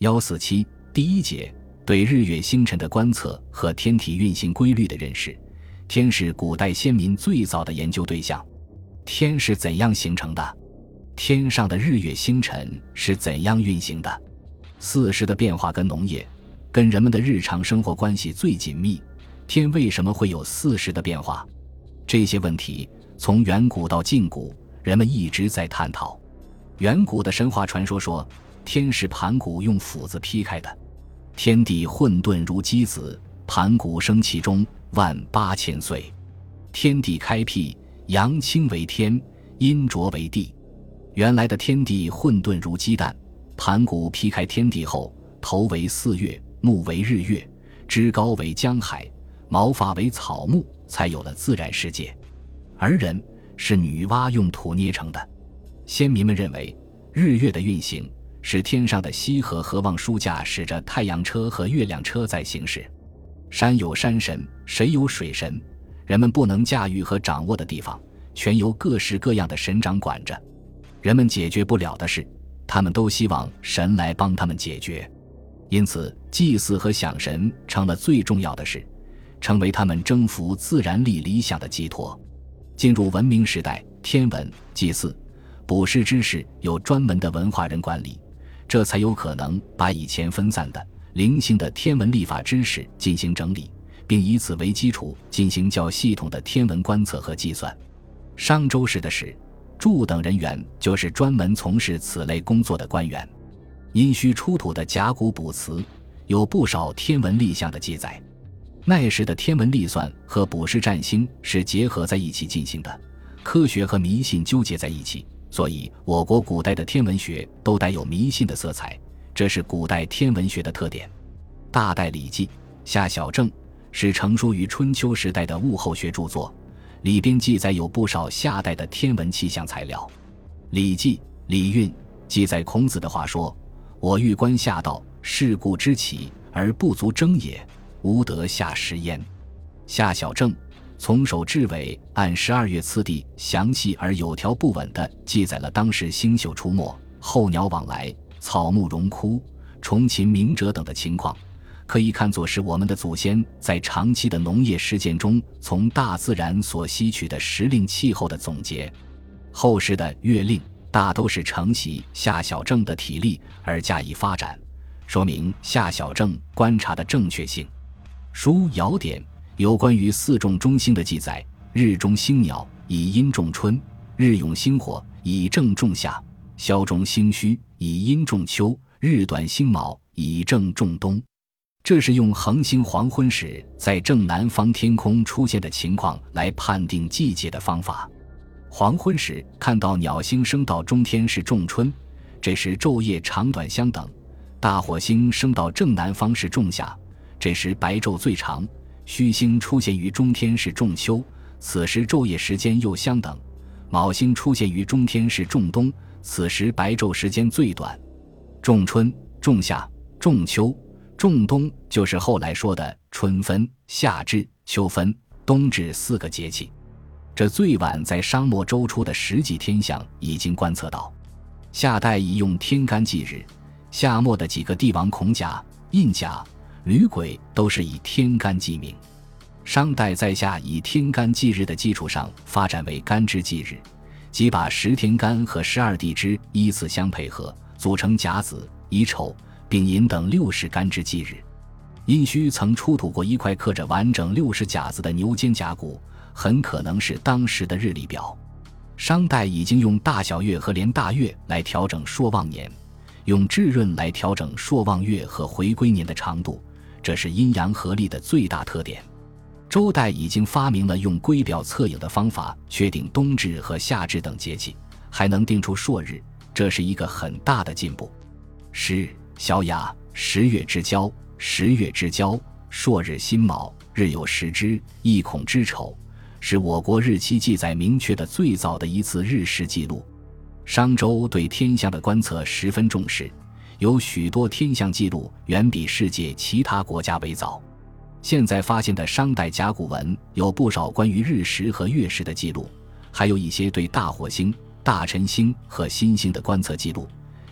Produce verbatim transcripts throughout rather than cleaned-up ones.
一四七第一节，对日月星辰的观测和天体运行规律的认识。天是古代先民最早的研究对象。天是怎样形成的？天上的日月星辰是怎样运行的？四时的变化跟农业跟人们的日常生活关系最紧密，天为什么会有四时的变化？这些问题从远古到近古，人们一直在探讨。远古的神话传说说，天是盘古用斧子劈开的，天地混沌如鸡子，盘古生其中，万八千岁。天地开辟，阳清为天，阴浊为地。原来的天地混沌如鸡蛋，盘古劈开天地后，头为四月，目为日月，枝高为江海，毛发为草木，才有了自然世界。而人是女娲用土捏成的。先民们认为，日月的运行是天上的羲和河望书驾驶着太阳车和月亮车在行驶。山有山神，水有水神，人们不能驾驭和掌握的地方，全由各式各样的神掌管着。人们解决不了的事，他们都希望神来帮他们解决。因此，祭祀和想神成了最重要的事，成为他们征服自然力理想的寄托。进入文明时代，天文、祭祀、卜筮之事有专门的文化人管理，这才有可能把以前分散的零星的天文历法知识进行整理，并以此为基础进行较系统的天文观测和计算。商周时的史、祝等人员就是专门从事此类工作的官员。殷墟出土的甲骨卜辞有不少天文历象的记载。那时的天文历算和卜筮占星是结合在一起进行的，科学和迷信纠结在一起，所以我国古代的天文学都带有迷信的色彩，这是古代天文学的特点。大代礼记夏小正是成书于春秋时代的物候学著作，里边记载有不少夏代的天文气象材料。礼记礼运记载孔子的话说，我欲观夏道，是故之起而不足争也，无得夏时焉。夏小正从首至尾按十二月次第详细而有条不紊地记载了当时星宿出没、候鸟往来、草木荣枯、虫禽鸣蛰等的情况，可以看作是我们的祖先在长期的农业实践中从大自然所吸取的时令气候的总结。后世的月令大都是承袭夏小正的体例而加以发展，说明夏小正观察的正确性。书尧典有关于四种中星的记载，日中星鸟，以阴种春；日永星火，以正仲夏；宵中星戌，以阴种秋；日短星卯，以正仲冬。这是用恒星黄昏时在正南方天空出现的情况来判定季节的方法。黄昏时看到鸟星升到中天是仲春，这时昼夜长短相等；大火星升到正南方是仲夏，这时白昼最长；戌星出现于中天是仲秋，此时昼夜时间又相等；卯星出现于中天是仲冬，此时白昼时间最短。仲春、仲夏、仲秋、仲冬就是后来说的春分、夏至、秋分、冬至四个节气。这最晚在商末周初的实际天象已经观测到。夏代已用天干纪日，夏末的几个帝王孔甲、印甲、吕鬼都是以天干记名。商代在夏以天干纪日的基础上发展为干支纪日，即把十天干和十二地支依次相配合，组成甲子、乙丑、丙寅等六十干支纪日。殷墟曾出土过一块刻着完整六十甲子的牛肩甲骨，很可能是当时的日历表。商代已经用大小月和连大月来调整朔望年，用至闰来调整朔望月和回归年的长度，这是阴阳合历的最大特点。周代已经发明了用龟表测影的方法确定冬至和夏至等节气，还能定出朔日，这是一个很大的进步。十小雅，十月之交，十月之交，朔日辛卯，日有食之，亦恐之丑，是我国日期记载明确的最早的一次日食记录。商周对天象的观测十分重视，有许多天象记录远比世界其他国家为早。现在发现的商代甲骨文有不少关于日食和月食的记录，还有一些对大火星、大辰星和新星的观测记录。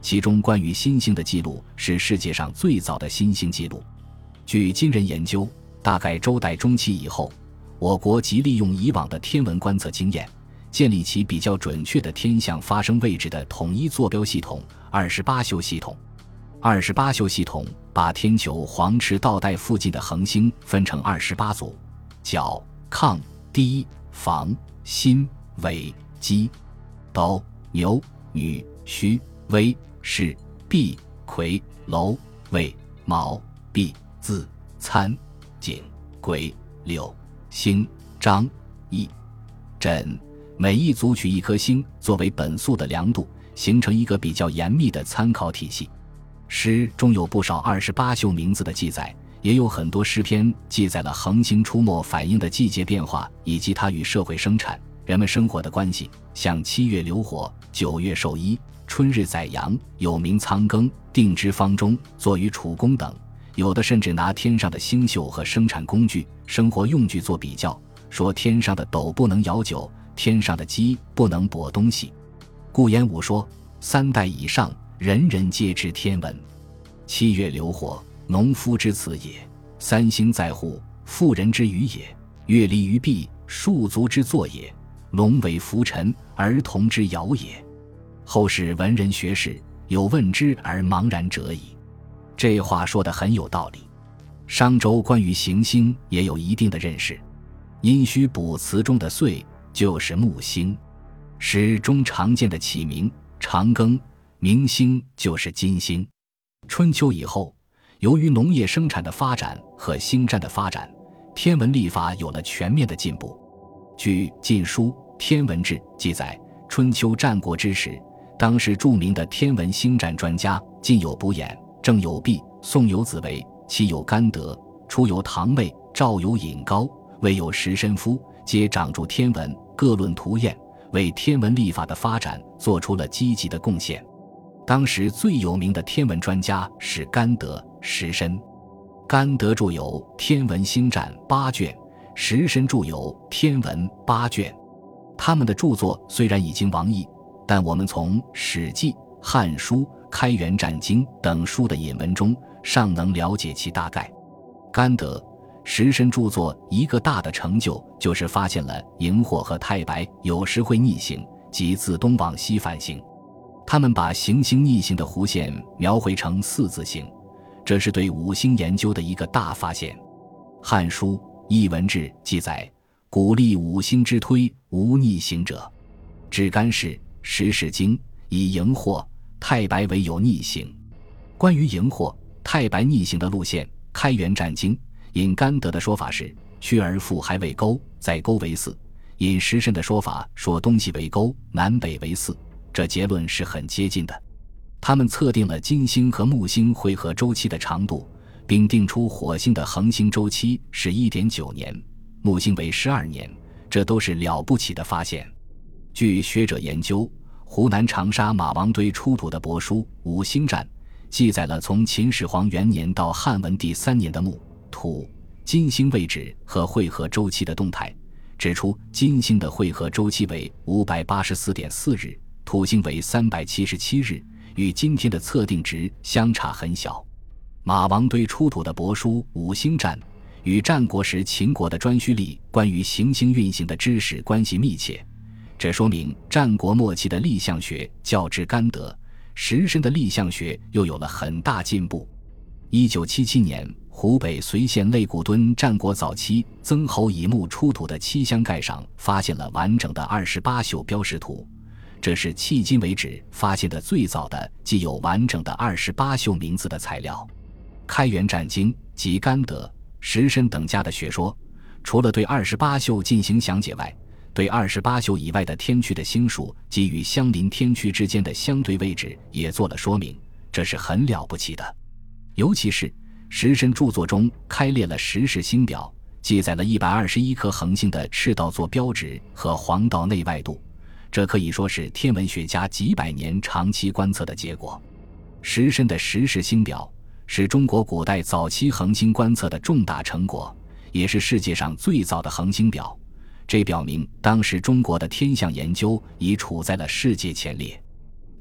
其中关于新星的记录是世界上最早的新星记录。据今人研究，大概周代中期以后，我国即利用以往的天文观测经验，建立起比较准确的天象发生位置的统一坐标系统二十八宿系统。二十八宿系统把天球黄赤道带附近的恒星分成二十八组：角、亢、氐、房、辛、尾、鸡、斗、牛、女、戌、微、士、毕、癸、楼、未、卯、毕、巳、参、井、癸、酉、辛、张、羿、轸。每一组取一颗星作为本宿的量度，形成一个比较严密的参考体系。诗中有不少二十八宿名字的记载，也有很多诗篇记载了恒星出没反映的季节变化以及它与社会生产、人们生活的关系，像七月流火、九月授衣、春日宰羊、有名仓庚、定之方中、作于楚宫等。有的甚至拿天上的星宿和生产工具、生活用具做比较，说天上的斗不能舀酒，天上的鸡不能剥东西。顾炎武说，三代以上人人皆知天文。七月流火，农夫之辞也；三星在户，妇人之语也；月离于壁，戍卒之作也；龙尾浮沉，儿童之谣也。后世文人学士有问之而茫然者矣。这话说得很有道理。商周关于行星也有一定的认识。殷墟卜辞中的岁就是木星，诗中常见的起名长庚、明星就是金星。春秋以后，由于农业生产的发展和星占的发展，天文历法有了全面的进步。据《晋书·天文志》记载，春秋战国之时，当时著名的天文星占专家晋有卜衍、郑有弼、宋有子维，齐有甘德，初有唐魏，赵有尹高，魏有石申夫，皆掌著天文，各论图验，为天文历法的发展做出了积极的贡献。当时最有名的天文专家是甘德、石申。甘德著有《天文星占》八卷，石申著有《天文》八卷。他们的著作虽然已经亡佚，但我们从《史记》《汉书》《开元战经》等书的引文中尚能了解其大概。甘德、石申著作一个大的成就，就是发现了荧惑和太白有时会逆行，即自东往西反行。他们把行星逆行的弧线描绘成四字形，这是对五星研究的一个大发现。《汉书·艺文志》记载，古历五星之推，无逆行者。至干氏、石氏经以荧惑、太白为有逆行。关于荧惑、太白逆行的路线，《开元战经》引甘德的说法是屈而复还为沟，在沟为四；引石申的说法说东西为沟，南北为四，这结论是很接近的。他们测定了金星和木星汇合周期的长度，并定出火星的恒星周期是 一点九 年，木星为十二年，这都是了不起的发现。据学者研究，湖南长沙马王堆出土的帛书《五星占》记载了从秦始皇元年到汉文帝三年的木、土、金星位置和汇合周期的动态，指出金星的汇合周期为 五百八十四点四 日，土星为三百七十七日，与今天的测定值相差很小。马王堆出土的帛书《五星占》与战国时秦国的颛顼历关于行星运行的知识关系密切，这说明战国末期的历象学较之甘德、石申的历象学又有了很大进步。一九七七年，湖北随县肋骨墩战国早期曾侯乙墓出土的七箱盖上发现了完整的二十八宿标识图，这是迄今为止发现的最早的既有完整的二十八宿名字的材料。开元战经及甘德、石申等家的学说，除了对二十八宿进行详解外，对二十八宿以外的天区的星数及与相邻天区之间的相对位置也做了说明，这是很了不起的。尤其是石申著作中开列了十氏星表，记载了一百二十一颗恒星的赤道座标值和黄道内外度，这可以说是天文学家几百年长期观测的结果。石申的十氏星表是中国古代早期恒星观测的重大成果，也是世界上最早的恒星表，这表明当时中国的天象研究已处在了世界前列。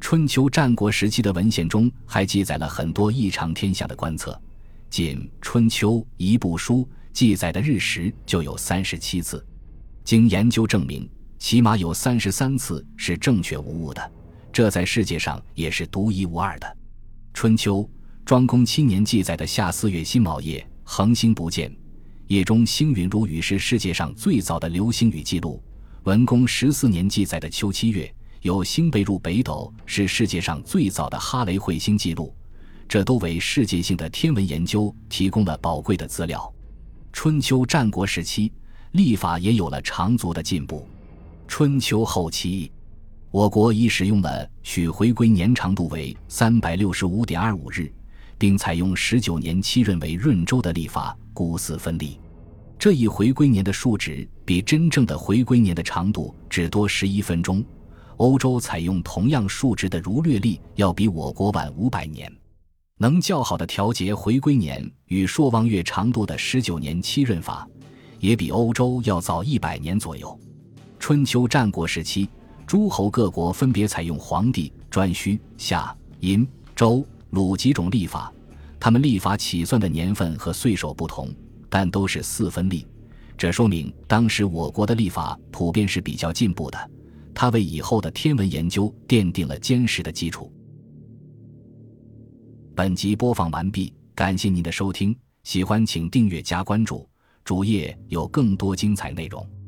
春秋战国时期的文献中还记载了很多异常天象的观测，仅《春秋》一部书记载的日食就有三十七次。经研究证明，起码有三十三次是正确无误的，这在世界上也是独一无二的。《春秋》庄公七年记载的夏四月辛卯夜，恒星不见，夜中星陨如雨是世界上最早的流星雨记录。文公十四年记载的秋七月，有星被入北斗是世界上最早的哈雷彗星记录，这都为世界性的天文研究提供了宝贵的资料。春秋战国时期，历法也有了长足的进步。春秋后期，我国已使用了许回归年长度为 三百六十五点二五 日，并采用十九年七闰为闰周的历法，故四分历。这一回归年的数值比真正的回归年的长度只多十一分钟，欧洲采用同样数值的儒略历要比我国晚五百年。能较好地调节回归年与朔望月长度的十九年七闰法，也比欧洲要早一百年左右。春秋战国时期，诸侯各国分别采用黄帝、颛顼、夏、殷、周、鲁几种历法，他们历法起算的年份和岁首不同，但都是四分历。这说明当时我国的历法普遍是比较进步的，它为以后的天文研究奠定了坚实的基础。本集播放完毕，感谢您的收听，喜欢请订阅加关注，主页有更多精彩内容。